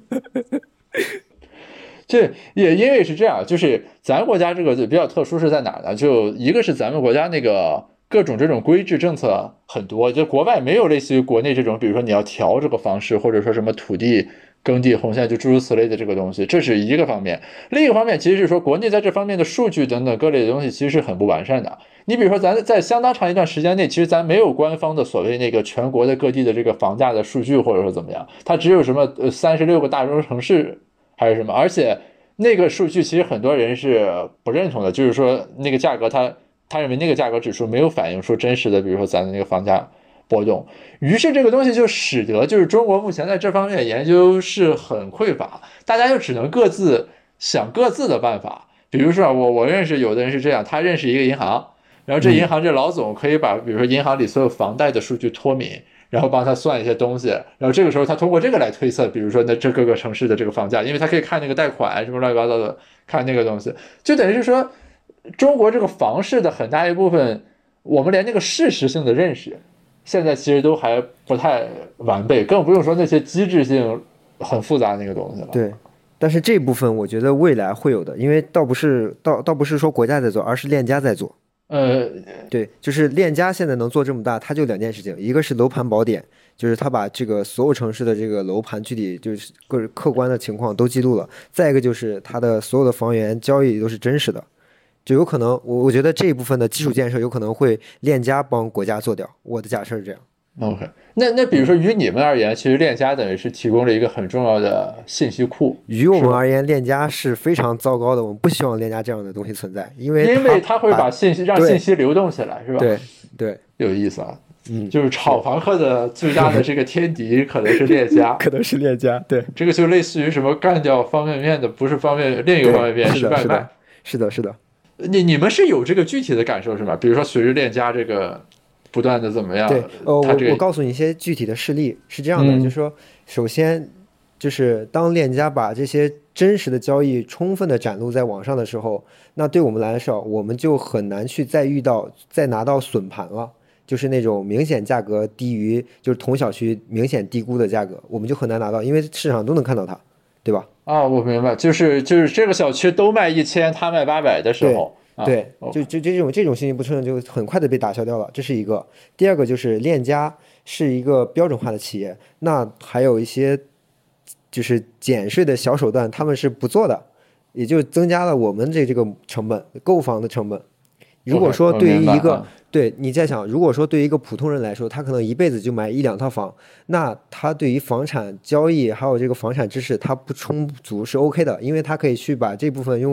这也因为是这样，就是咱国家这个比较特殊是在哪儿呢？就一个是咱们国家那个各种这种规制政策很多，就国外没有类似于国内这种，比如说你要调这个房市，或者说什么土地耕地红线，就诸如此类的这个东西，这是一个方面。另一个方面其实是说国内在这方面的数据等等各类的东西其实是很不完善的。你比如说咱在相当长一段时间内，其实咱没有官方的所谓那个全国的各地的这个房价的数据，或者说怎么样，它只有什么36个大中城市还是什么，而且那个数据其实很多人是不认同的，就是说那个价格他认为那个价格指数没有反映出真实的，比如说咱的那个房价波动，于是这个东西就使得就是中国目前在这方面研究是很匮乏，大家就只能各自想各自的办法。比如说我认识有的人是这样，他认识一个银行，然后这银行这老总可以把比如说银行里所有房贷的数据脱敏，然后帮他算一些东西，然后这个时候他通过这个来推测，比如说这各个城市的这个房价，因为他可以看那个贷款什么乱七八糟的，看那个东西，就等于是说中国这个房市的很大一部分，我们连那个事实性的认识现在其实都还不太完备，更不用说那些机制性很复杂的那个东西了。 对，但是这部分我觉得未来会有的，因为倒不是说国家在做，而是链家在做。对，就是链家现在能做这么大，它就两件事情，一个是楼盘宝典，就是它把这个所有城市的这个楼盘具体就是各客观的情况都记录了，再一个就是它的所有的房源交易都是真实的，就有可能我觉得这一部分的基础建设有可能会链家帮国家做掉，我的假设是这样。 OK， 那比如说于你们而言，其实链家等于是提供了一个很重要的信息库。 于我们而言，链家是非常糟糕的，我们不希望链家这样的东西存在，因为它会把信息让信息流动起来，是吧？ 对， 有意思啊。就是炒房客的最大的这个天敌可能是链家， 可能是链家。对， 这个就类似于什么干掉方便面的不是方便另一个方便面是外卖。 是的。 你们是有这个具体的感受是吧？比如说随着链家这个不断的怎么样？ 对，我告诉你一些具体的事例，是这样的，就是说，首先就是当链家把这些真实的交易充分的展露在网上的时候，那对我们来说，我们就很难去再拿到损盘了，就是那种明显价格低于就是同小区明显低估的价格，我们就很难拿到，因为市场都能看到它，对吧？ 我明白，就是这个小区都卖1000，他卖800的时候。 对，就这种信息不确认就很快的被打消掉了，这是一个。第二个就是链家是一个标准化的企业，那还有一些就是减税的小手段，他们是不做的，也就增加了我们这个成本，购房的成本。如果说对于一个对你在想，如果说对于一个普通人来说，他可能一辈子就买1-2套房，那他对于房产交易还有这个房产知识他不充足是 OK 的，因为他可以去把这部分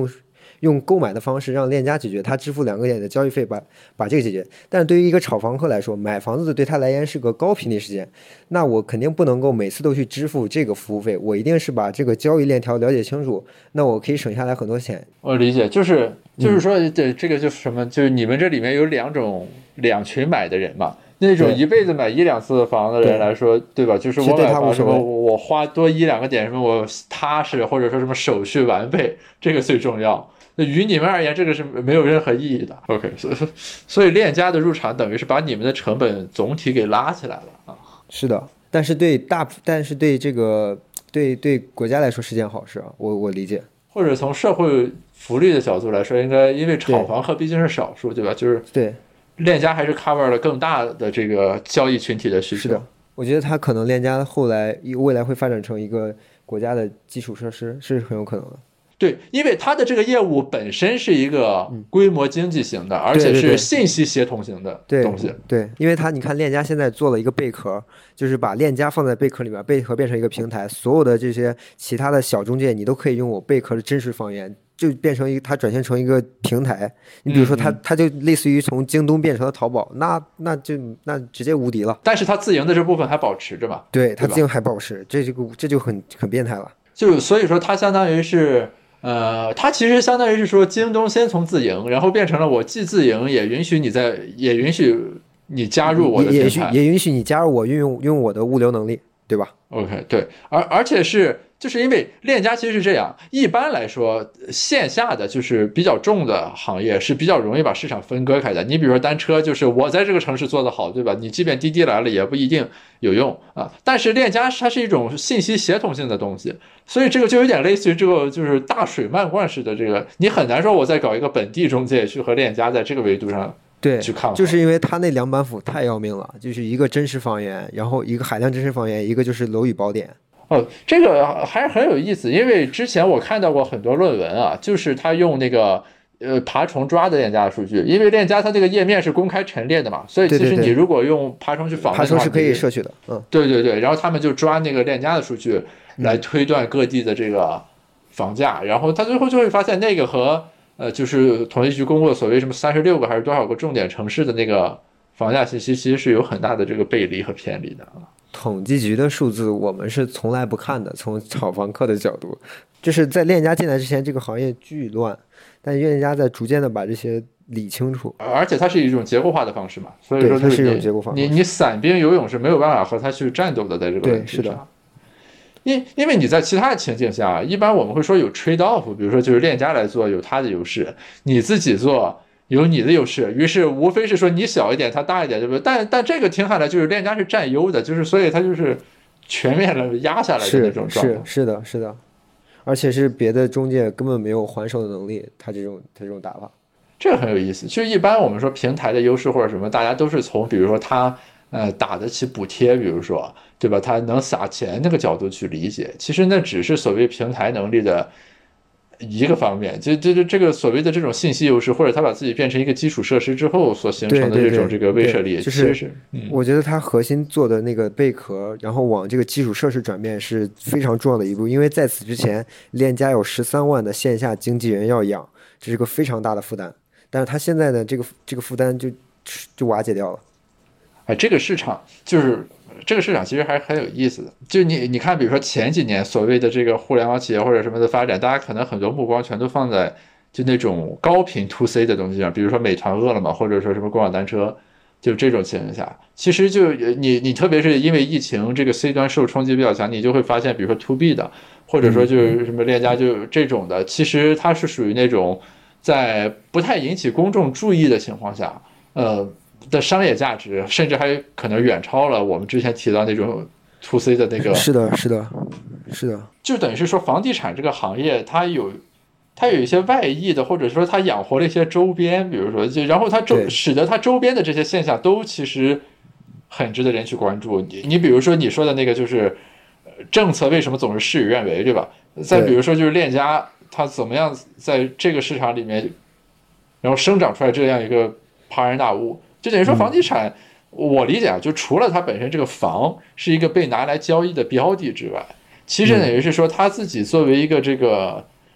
用购买的方式让链家解决，他支付2个点的交易费把这个解决。但是对于一个炒房客来说，买房子对他来言是个高频率事件，那我肯定不能够每次都去支付这个服务费，我一定是把这个交易链条了解清楚，那我可以省下来很多钱。 我理解，就是说，对，这个就是什么，就是你们这里面有两群买的人嘛。那种一辈子买1-2次的房的人来说，对吧？就是我买房什么，我花多1-2个点什么，我踏实，或者说什么手续完备，这个最重要。那于你们而言，这个是没有任何意义的。OK， 所以链家的入场等于是把你们的成本总体给拉起来了啊。 是的，但是对这个对国家来说是件好事啊，我理解。 或者从社会福利的角度来说，应该因为炒房客毕竟是少数，对吧？就是对。 链家还是 cover 了更大的这个交易群体的需求。 是的，我觉得它可能链家未来会发展成一个国家的基础设施，是很有可能的。 对，因为它的这个业务本身是一个规模经济型的，而且是信息协同型的东西。 对，因为你看链家现在做了一个贝壳，就是把链家放在贝壳里面，贝壳变成一个平台，所有的这些其他的小中介，你都可以用我贝壳的真实房源。就变成它转型成一个平台，你比如说它就类似于从京东变成了淘宝，那直接无敌了。 但是它自营的这部分还保持着嘛？ 对，它自营还保持，这就很变态了。 就所以说它相当于是它其实相当于是说京东先从自营，然后变成了我既自营也允许你加入我的平台， 也允许你加入我运用我的物流能力，对吧 ？OK， 对，而且就是因为链家其实是这样，一般来说线下的就是比较重的行业是比较容易把市场分割开的。你比如说单车，就是我在这个城市做得好，对吧？你即便滴滴来了也不一定有用啊。但是链家它是一种信息协同性的东西，所以这个就有点类似于这个就是大水漫灌式的这个，你很难说我再搞一个本地中介去和链家在这个维度上去看。 就是因为它那2板斧太要命了，就是一个真实房源，然后一个海量真实房源，一个就是楼宇宝典。 这个还是很有意思，因为之前我看到过很多论文啊，就是他用那个爬虫抓的链家的数据，因为链家它这个页面是公开陈列的嘛，所以其实你如果用爬虫去访问的话， 爬虫是可以摄取的。 对，然后他们就抓那个链家的数据来推断各地的这个房价，然后他最后就会发现那个和就是统计局公布的所谓什么36个还是多少个重点城市的那个房价信息，其实是有很大的这个背离和偏离的。 统计局的数字我们是从来不看的，从炒房客的角度，就是在链家进来之前，这个行业巨乱，但链家在逐渐的把这些理清楚， 而且它是一种结构化的方式嘛，所以说它是一种结构方式。 你散兵游泳是没有办法和它去战斗的，在这个问题上。 对，是的。 因为你在其他的情境下，一般我们会说有 trade off， 比如说就是链家来做有它的优势，你自己做有你的优势，于是无非是说你小一点，它大一点，对不对？但这个听下来就是链家是占优的，就是所以它就是全面的压下来的那种状态。 是的，而且是别的中介根本没有还手的能力，他这种打法， 这个很有意思。就一般我们说平台的优势或者什么，大家都是从比如说它打得起补贴，比如说对吧，它能撒钱那个角度去理解，其实那只是所谓平台能力的一个方面，这个所谓的这种信息优势，或者它把自己变成一个基础设施之后所形成的这种这个威慑力， 就是我觉得它核心做的那个贝壳，然后往这个基础设施转变是非常重要的一步，因为在此之前，链家有13万的线下经纪人要养，这是个非常大的负担，但是它现在的这个负担就瓦解掉了。 这个市场其实还是很有意思的。就你看，比如说前几年所谓的这个互联网企业或者什么的发展，大家可能很多目光全都放在就那种高频 to C 的东西上，比如说美团、饿了么，或者说什么共享单车，就这种情况下，其实就你特别是因为疫情这个 C 端受冲击比较强，你就会发现，比如说 to B 的，或者说就是什么链家就这种的，其实它是属于那种在不太引起公众注意的情况下，的商业价值，甚至还可能远超了我们之前提到那种 to C 的那个。 是的， 就等于是说房地产这个行业，它有一些外溢的，或者说它养活了一些周边，比如说然后它使得它周边的这些现象都其实很值得人去关注。你比如说你说的那个就是政策为什么总是事与愿违，对吧？再比如说就是链家它怎么样在这个市场里面，然后生长出来这样一个庞然大物。就等于说房地产，我理解啊，就除了它本身这个房是一个被拿来交易的标的之外，其实等于是说它自己作为一个这个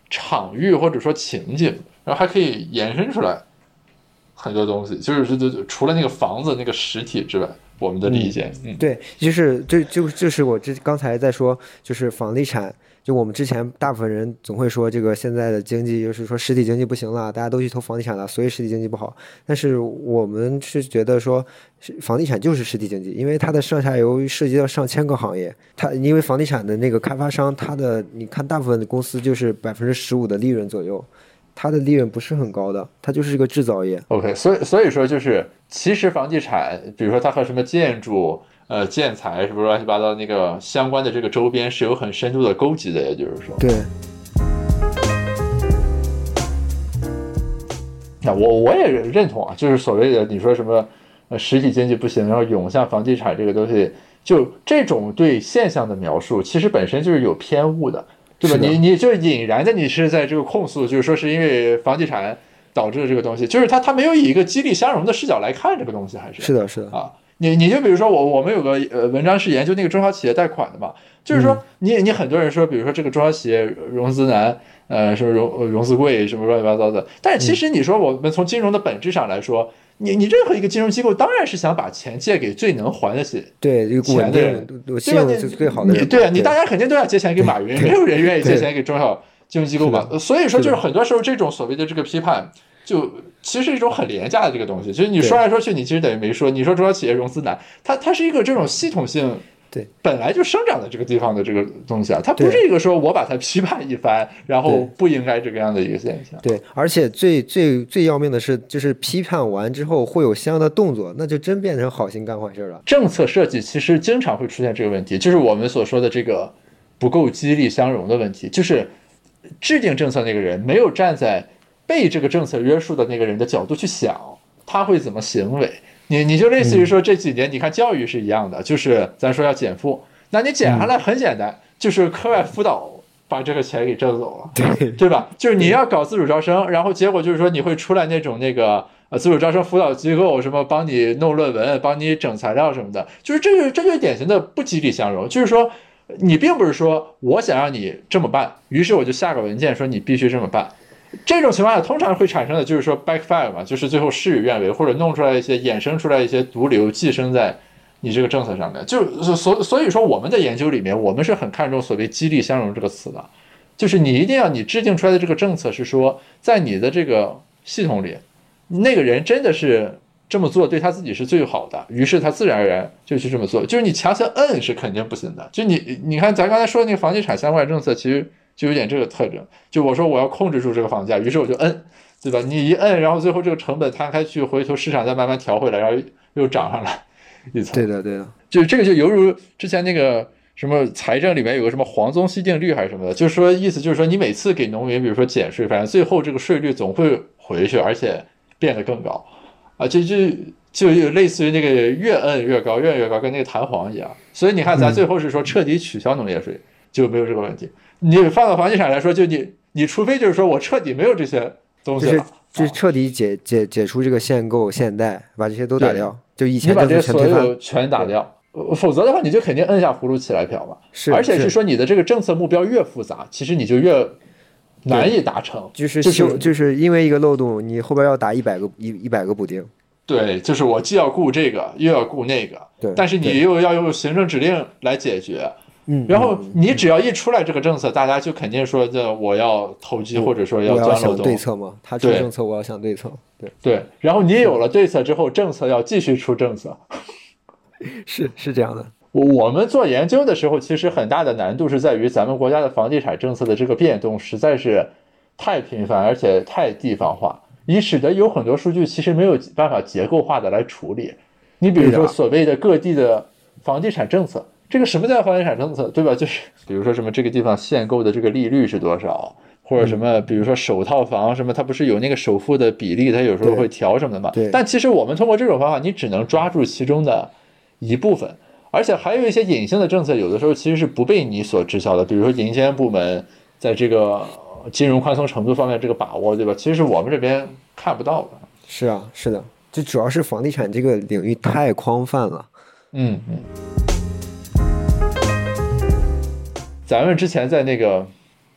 场域或者说情景，然后还可以延伸出来很多东西，就是除了那个房子那个实体之外，我们的理解， 对，就是我刚才在说，就是房地产，就我们之前大部分人总会说这个现在的经济就是说实体经济不行了，大家都去投房地产了，所以实体经济不好。但是我们是觉得说，房地产就是实体经济，因为它的上下游涉及到上千个行业，因为房地产的那个开发商，你看大部分的公司就是15%的利润左右。它的利润不是很高的，它就是一个制造业。 OK， 所以说就是，其实房地产，比如说它和什么建筑、建材，是不是乱七八糟那个相关的这个周边是有很深度的勾结的，也就是说。 对。 那我也认同啊，就是所谓的你说什么实体经济不行，然后涌向房地产这个东西，就这种对现象的描述，其实本身就是有偏误的。对吧？你就引燃的你是在这个控诉，就是说是因为房地产导致的这个东西，就是他没有以一个激励相容的视角来看这个东西，还是是的啊。 你就比如说我们有个文章是研究那个中小企业贷款的嘛，就是说你很多人说，比如说这个中小企业融资难，什么融资贵，什么乱七八糟的，但是其实你说我们从金融的本质上来说。你任何一个金融机构当然是想把钱借给最能还得起钱的人， 对吧？最好的人， 对啊，你大家肯定都要借钱给马云，没有人愿意借钱给中小金融机构吧？所以说，就是很多时候这种所谓的这个批判，就其实是一种很廉价的这个东西。就是你说来说去，你其实等于没说。你说中小企业融资难，它是一个这种系统性。 对， 本来就生长在这个地方的这个东西啊，它不是一个说我把它批判一番，然后不应该这个样的一个现象。 对，而且最要命的是，就是批判完之后会有相应的动作，那就真变成好心干坏事了。 政策设计其实经常会出现这个问题，就是我们所说的这个不够激励相容的问题，就是制定政策那个人没有站在被这个政策约束的那个人的角度去想，他会怎么行为。你就类似于说这几年你看教育是一样的，就是咱说要减负，那你减下来很简单，就是课外辅导把这个钱给挣走了，对吧？就是你要搞自主招生，然后结果就是说你会出来那种那个自主招生辅导机构什么帮你弄论文，帮你整材料什么的，就是这就是典型的不激励相容，就是说你并不是说我想让你这么办，于是我就下个文件说你必须这么办。这种情况下通常会产生的就是说 backfire 嘛，就是最后事与愿违，或者弄出来一些衍生出来一些毒瘤寄生在你这个政策上面。所以说我们的研究里面，我们是很看重所谓激励相容这个词的，就是你一定要你制定出来的这个政策是说在你的这个系统里，那个人真的是这么做对他自己是最好的，于是他自然而然就去这么做。就是你强行摁是肯定不行的。就你看咱刚才说的那个房地产相关政策，其实就有点这个特征，就我说我要控制住这个房价，于是我就摁，对吧？你一摁，然后最后这个成本摊开去，回头市场再慢慢调回来，然后又涨上来一层。 对的， 就是这个就犹如之前那个什么财政里面有个什么黄宗羲定律还是什么的，就是说意思就是说你每次给农民比如说减税，反正最后这个税率总会回去，而且变得更高啊，就类似于那个越摁越高，越摁越高，跟那个弹簧一样。所以你看咱最后是说彻底取消农业税，就没有这个问题。你放到房地产来说，就你除非就是说我彻底没有这些东西了， 就是彻底解除这个限购限贷，把这些都打掉，就以前你把这些所有全打掉，否则的话你就肯定摁下葫芦起来瓢嘛。而且是说你的这个政策目标越复杂，其实你就越难以达成。 就是因为一个漏洞，你后边要打100个补丁。 对，就是我既要顾这个，又要顾那个，但是你又要用行政指令来解决。然后你只要一出来这个政策，大家就肯定说我要投机，或者说要钻漏洞。 对策嘛，他出政策，我要想对策。 对，然后你有了对策之后，政策要继续出政策。 是这样的。 我们做研究的时候，其实很大的难度是在于咱们国家的房地产政策的这个变动实在是太频繁，而且太地方化，以使得有很多数据其实没有办法结构化的来处理。你比如说所谓的各地的房地产政策。这个什么叫房地产政策，对吧？就是比如说什么这个地方限购的这个利率是多少，或者什么比如说首套房什么，它不是有那个首付的比例，它有时候会调什么的嘛。但其实我们通过这种方法，你只能抓住其中的一部分，而且还有一些隐性的政策，有的时候其实是不被你所知晓的。比如说银监部门在这个金融宽松程度方面这个把握，对吧？其实是我们这边看不到的。 是啊，是的，这主要是房地产这个领域太宽泛了。 咱们之前在那个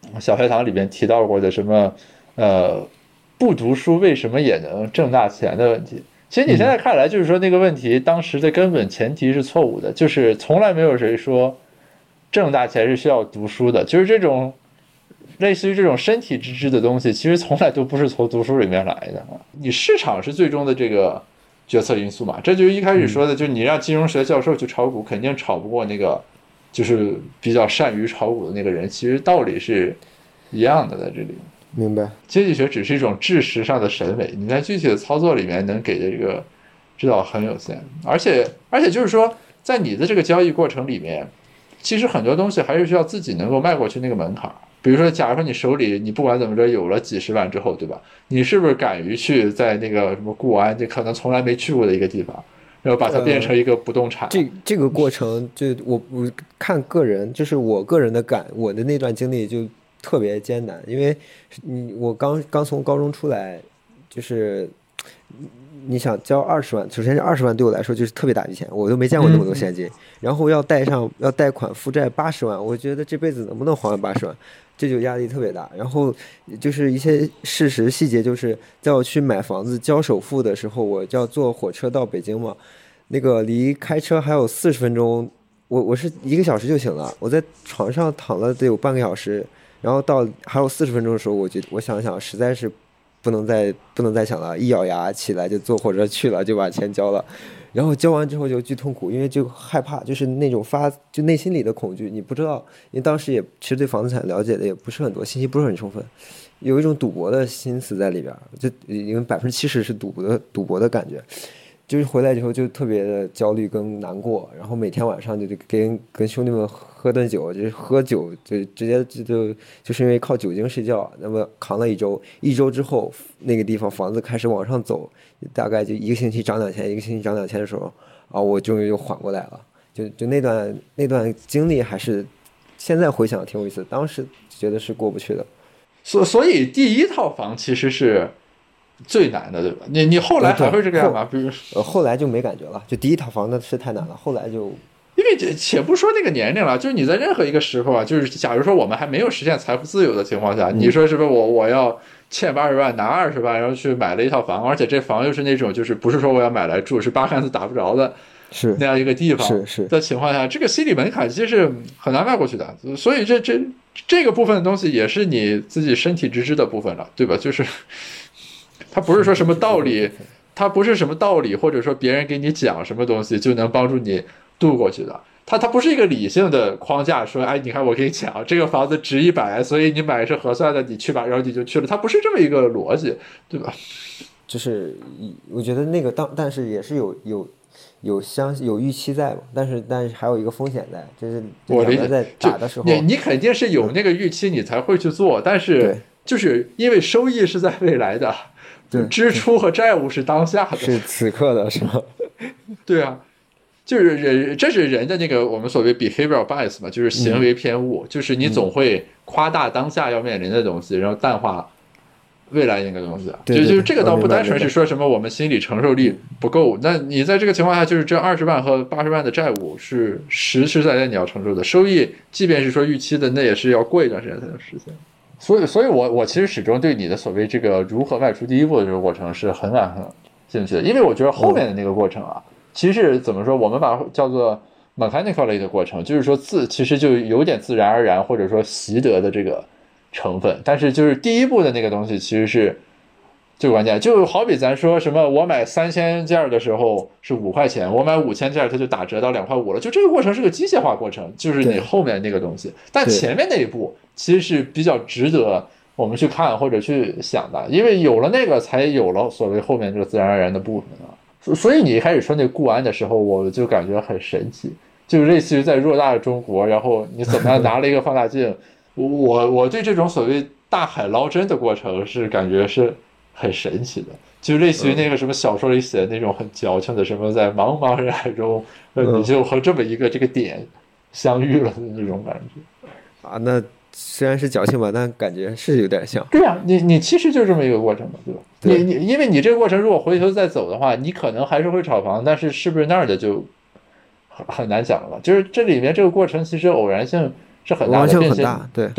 小学堂里边提到过的什么不读书为什么也能挣大钱的问题。其实你现在看来，就是说那个问题当时的根本前提是错误的，就是从来没有谁说挣大钱是需要读书的，就是这种类似于这种身体之知的东西，其实从来都不是从读书里面来的。你市场是最终的这个决策因素嘛，这就是一开始说的，就是你让金融学教授去炒股，肯定炒不过那个就是比较善于炒股的那个人，其实道理是一样的，在这里。 明白。 经济学只是一种知识上的审美，你在具体的操作里面能给的这个指导很有限，而且就是说，在你的这个交易过程里面，其实很多东西还是需要自己能够迈过去那个门槛。比如说，假如说你手里你不管怎么着有了几十万之后，对吧？你是不是敢于去在那个什么固安，这可能从来没去过的一个地方，然后把它变成一个不动产？ 这个过程，就我看个人，就是我个人的我的那段经历就特别艰难，因为我刚从高中出来，就是你想交20万，首先是20万对我来说就是特别大笔钱，我都没见过那么多现金，然后要贷款负债80万，我觉得这辈子能不能还完80万，这就压力特别大。然后就是一些事实细节，就是在我去买房子交首付的时候，我就要坐火车到北京嘛，那个离开车还有40分钟，我是1个小时就行了，我在床上躺了得有半个小时。然后到还有40分钟的时候，我想想实在是不能再想了，一咬牙起来就坐火车去了，就把钱交了。然后交完之后就巨痛苦，因为就害怕，就是那种就内心里的恐惧，你不知道，因为当时也其实对房地产了解的也不是很多，信息不是很充分，有一种赌博的心思在里边，就因为70%是赌博的感觉。就是回来以后就特别的焦虑跟难过，然后每天晚上就跟兄弟们喝顿酒，就是喝酒就直接就是因为靠酒精睡觉，那么扛了一周之后，那个地方房子开始往上走，大概就1个星期涨2000，1个星期涨2000的时候，啊，我终于就缓过来了，就那段经历还是现在回想挺有意思，当时觉得是过不去的。 所以第一套房其实是最难的，对吧？你后来还会这个样吗？比如后来就没感觉了，就第一套房那是太难了，后来就因为且不说那个年龄了，就是你在任何一个时候啊，就是假如说我们还没有实现财富自由的情况下，你说是不是我要欠80万拿20万，然后去买了一套房，而且这房又是那种就是不是说我要买来住，是八竿子打不着的， 是那样一个地方的情况下，这个心理门槛其实是很难迈过去的。所以这个部分的东西也是你自己身体之知的部分了，对吧？就是它不是说什么道理，它不是什么道理，或者说别人给你讲什么东西就能帮助你度过去的。它不是一个理性的框架，说，哎，你看我给你讲，这个房子值100，所以你买是合算的，你去吧，然后你就去了。它不是这么一个逻辑，对吧？ 就是我觉得那个但是也是有预期在嘛，但是还有一个风险在，就是我理解在打的时候， 你肯定是有那个预期，你才会去做，但是就是因为收益是在未来的，支出和债务是当下的， 是此刻的，是吧？ 对啊。就是这是人的那个我们所谓 behavioral bias 嘛，就是行为偏误，就是你总会夸大当下要面临的东西，然后淡化未来那个东西。就是这个倒不单纯是说什么我们心理承受力不够，那你在这个情况下，就是这20万和80万的债务是实实在在你要承受的，收益即便是说预期的，那也是要过一段时间才能实现。所以我其实始终对你的所谓这个如何迈出第一步的这个过程是很感兴趣的，因为我觉得后面的那个过程啊。其实怎么说，我们把叫做 mechanical 类的过程，就是说其实就有点自然而然或者说习得的这个成分，但是就是第一步的那个东西其实是最关键。就好比咱说什么，我买3000件的时候是5块钱，我买5000件它就打折到2块5了，就这个过程是个机械化过程，就是你后面那个东西。但前面那一步其实是比较值得我们去看或者去想的，因为有了那个才有了所谓后面这个自然而然的部分啊。所以你一开始说那固安的时候，我就感觉很神奇，就类似于在偌大的中国，然后你怎么样拿了一个放大镜，我对这种所谓大海捞针的过程是感觉是很神奇的，就类似于那个什么小说里写的那种很矫情的什么在茫茫人海中，你就和这么一个这个点相遇了的那种感觉啊。那虽然是矫情吧，但感觉是有点像。 对啊，你其实就是这么一个过程嘛，对吧？你因为你这个过程如果回头再走的话，你可能还是会炒房，但是是不是那儿的就很难讲了。就是这里面这个过程其实偶然性是很大的， 偶然性很大，对。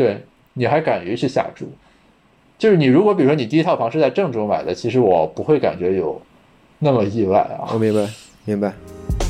你还敢于去下注。就是你如果比如说你第一套房是在郑州买的，其实我不会感觉有那么意外啊。 我明白明白。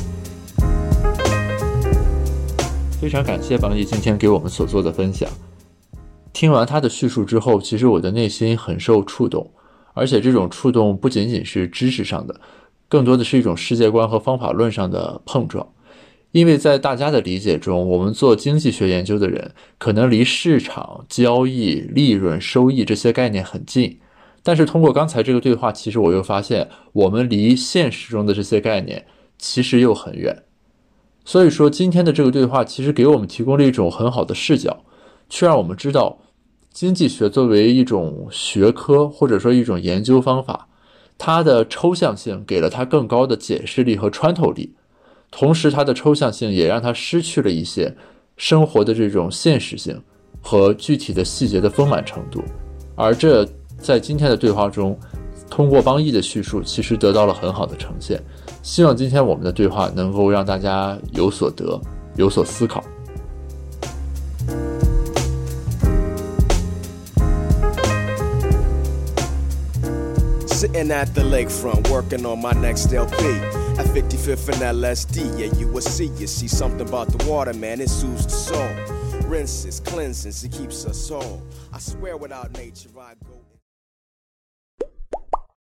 非常感谢邦毅今天给我们所做的分享。听完他的叙述之后，其实我的内心很受触动，而且这种触动不仅仅是知识上的，更多的是一种世界观和方法论上的碰撞。因为在大家的理解中，我们做经济学研究的人可能离市场、交易、利润、收益这些概念很近，但是通过刚才这个对话，其实我又发现我们离现实中的这些概念其实又很远。所以说今天的这个对话其实给我们提供了一种很好的视角，去让我们知道经济学作为一种学科或者说一种研究方法，它的抽象性给了它更高的解释力和穿透力，同时它的抽象性也让它失去了一些生活的这种现实性和具体的细节的丰满程度。而这在今天的对话中通过邦毅的叙述其实得到了很好的呈现。希望今天我们的对话能够让大家有所得，有所思考。 Sitting at the lakefront, working on my next LP. At 55th and LSD, yeah, you will see something about the water, man, it soothes the soul. Rinses, cleanses, it keeps us whole. I swear without nature I go